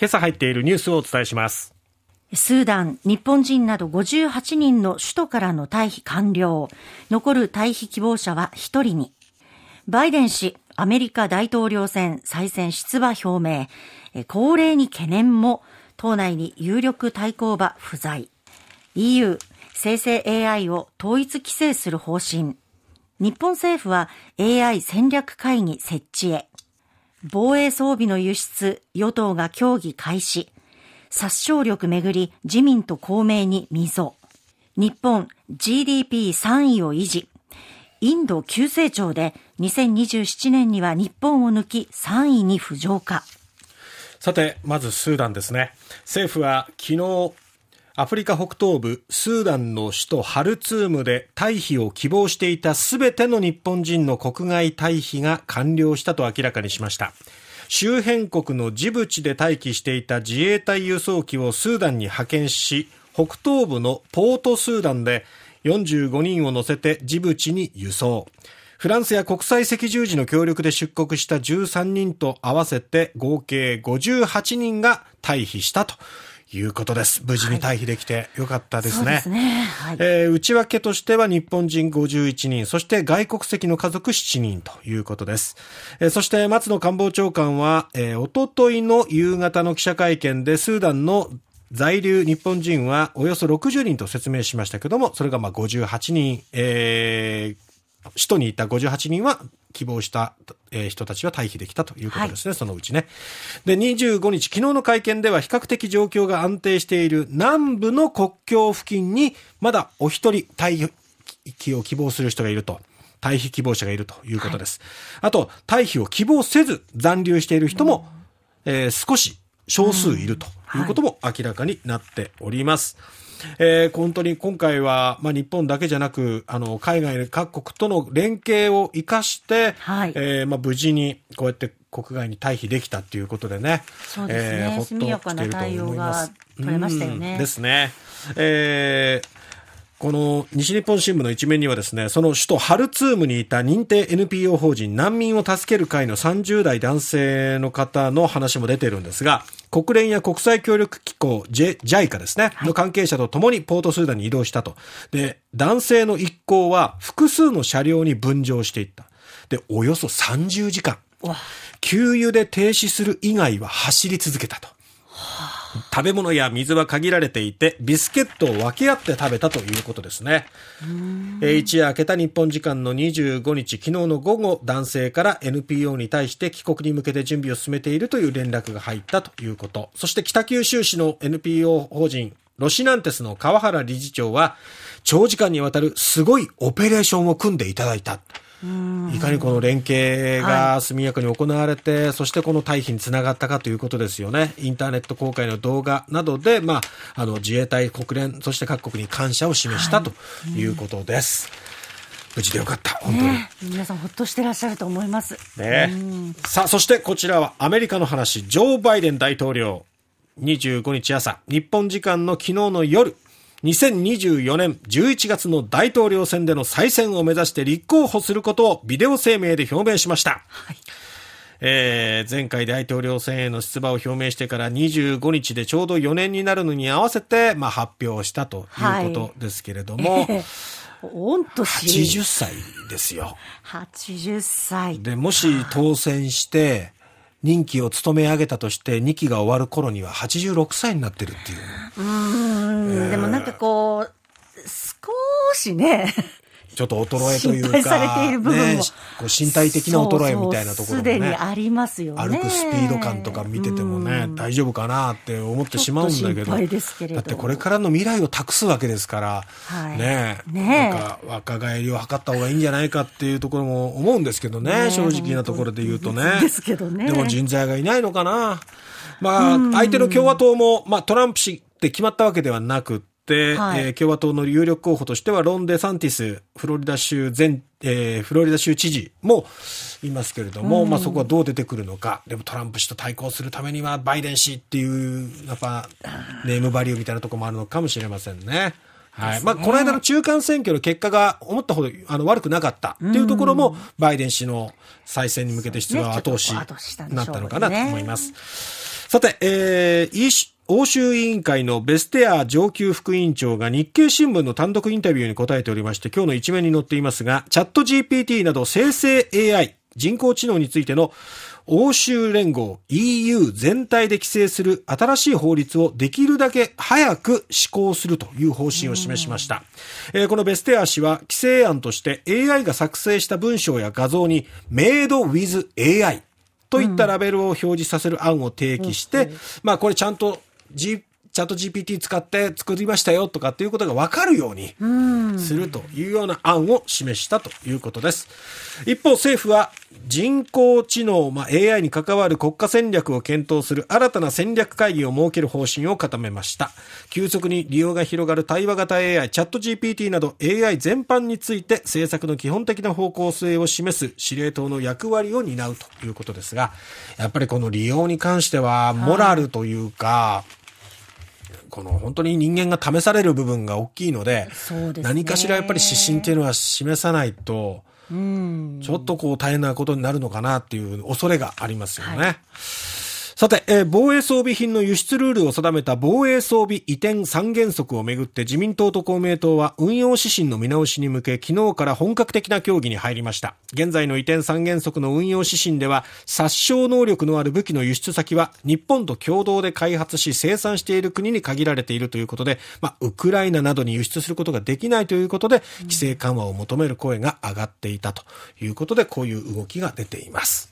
今朝入っているニュースをお伝えします。 スーダン、日本人など58人の首都からの退避完了。残る退避希望者は1人に。バイデン氏、アメリカ大統領選再選出馬表明。高齢に懸念も。党内に有力対抗馬不在。EU、生成 AI を統一規制する方針。日本政府は AI 戦略会議設置へ。防衛装備の輸出、与党が協議開始。殺傷力めぐり自民と公明に溝。日本 GDP3 位を維持。インド急成長で2027年には日本を抜き3位に浮上か。 さて、まずスーダンですね。政府は昨日アフリカ北東部スーダンの首都ハルツームで退避を希望していたすべての日本人の国外退避が完了したと明らかにしました。周辺国のジブチで待機していた自衛隊輸送機をスーダンに派遣し、北東部のポートスーダンで45人を乗せてジブチに輸送。フランスや国際赤十字の協力で出国した13人と合わせて合計58人が退避したということです。無事に退避できてよかったですね。 そうですね。はい。 内訳としては日本人51人、そして外国籍の家族7人ということです。そして松野官房長官は、おとといの夕方の記者会見でスーダンの在留日本人はおよそ60人と説明しましたけども、それが58人、首都にいた58人は希望した、人たちは退避できたということですね、はい、そのうちね。で、25日、昨日の会見では比較的状況が安定している南部の国境付近にまだお一人退避を希望する人がいると。退避希望者がいるということです。はい、あと、退避を希望せず残留している人も、少し少数いるということも明らかになっております。本当に今回は、日本だけじゃなく海外各国との連携を生かして、はい、無事にこうやって国外に退避できたということでね、 そうですね、 ほっとしていると思います。速やかな対応が取れましたよね。 ですね。この西日本新聞の一面にはですね、その首都ハルツームにいた認定 NPO 法人難民を助ける会の30代男性の方の話も出ているんですが、国連や国際協力機構 JICA ですね、の関係者と共にポートスーダンに移動したと。で、男性の一行は複数の車両に分乗していった。で、およそ30時間。給油で停止する以外は走り続けたと。食べ物や水は限られていて、ビスケットを分け合って食べたということですね。一夜明けた日本時間の25日、昨日の午後、男性から NPO に対して帰国に向けて準備を進めているという連絡が入ったということ。そして北九州市の NPO 法人ロシナンテスの川原理事長は、長時間にわたるすごいオペレーションを組んでいただいた。いかにこの連携が速やかに行われて、そしてこの退避につながったかということですよね。インターネット公開の動画などで、自衛隊、国連、そして各国に感謝を示したということです。無事でよかった、本当に。 皆さんほっとしてらっしゃると思います。 さあ、そしてこちらはアメリカの話。ジョー・バイデン大統領、25日朝、日本時間の昨日の夜、2024年11月の大統領選での再選を目指して立候補することをビデオ声明で表明しました。はい、前回大統領選への出馬を表明してから25日でちょうど4年になるのに合わせて、発表したということですけれども、 御年 80歳ですよ。 80歳で、もし当選して任期を務め上げたとして2期が終わる頃には86歳になってるっていう。 でもなんかこう少しねちょっと衰えというか、 心配されている部分も、 こう身体的な衰えみたいなところもね、 すでにありますよね。 歩くスピード感とか見ててもね、大丈夫かなって思ってしまうんだけど、だってこれからの未来を託すわけですから、なんか若返りを図った方がいいんじゃないかっていうところも思うんですけどね、正直なところで言うとね。 ですけどね。 でも人材がいないのかな。相手の共和党も、トランプ氏って決まったわけではなくで、共和党の有力候補としてはロン・デサンティスフロリダ州知事もいますけれども、そこはどう出てくるのか。でもトランプ氏と対抗するためにはバイデン氏っていうやっぱネームバリューみたいなところもあるのかもしれませんね。はい。この間の中間選挙の結果が思ったほど悪くなかったっていうところも、バイデン氏の再選に向けて出馬は後押しになったのかなと思います。 さて、欧州委員会のベステア上級副委員長が日経新聞の単独インタビューに答えておりまして、今日の一面に載っていますが、チャット GPT など生成 AI、人工知能についての欧州連合 EU 全体で規制する新しい法律をできるだけ早く施行するという方針を示しました。このベステア氏は規制案として AI が作成した文章や画像に Made with AI といったラベルを表示させる案を提起して、これちゃんとチャット GPT 使って作りましたよとかっていうことが分かるようにするというような案を示したということです。一方、政府は人工知能、AI に関わる国家戦略を検討する新たな戦略会議を設ける方針を固めました。急速に利用が広がる対話型 AI、チャット GPT など AI 全般について政策の基本的な方向性を示す司令塔の役割を担うということですが、やっぱりこの利用に関してはモラルというか、この本当に人間が試される部分が大きいので、何かしらやっぱり指針っていうのは示さないと、ちょっと大変なことになるのかなっていう恐れがありますよね。さて、防衛装備品の輸出ルールを定めた防衛装備移転三原則をめぐって自民党と公明党は運用指針の見直しに向け昨日から本格的な協議に入りました。現在の移転三原則の運用指針では殺傷能力のある武器の輸出先は日本と共同で開発し生産している国に限られているということで、ウクライナなどに輸出することができないということで規制緩和を求める声が上がっていたということで、こういう動きが出ています。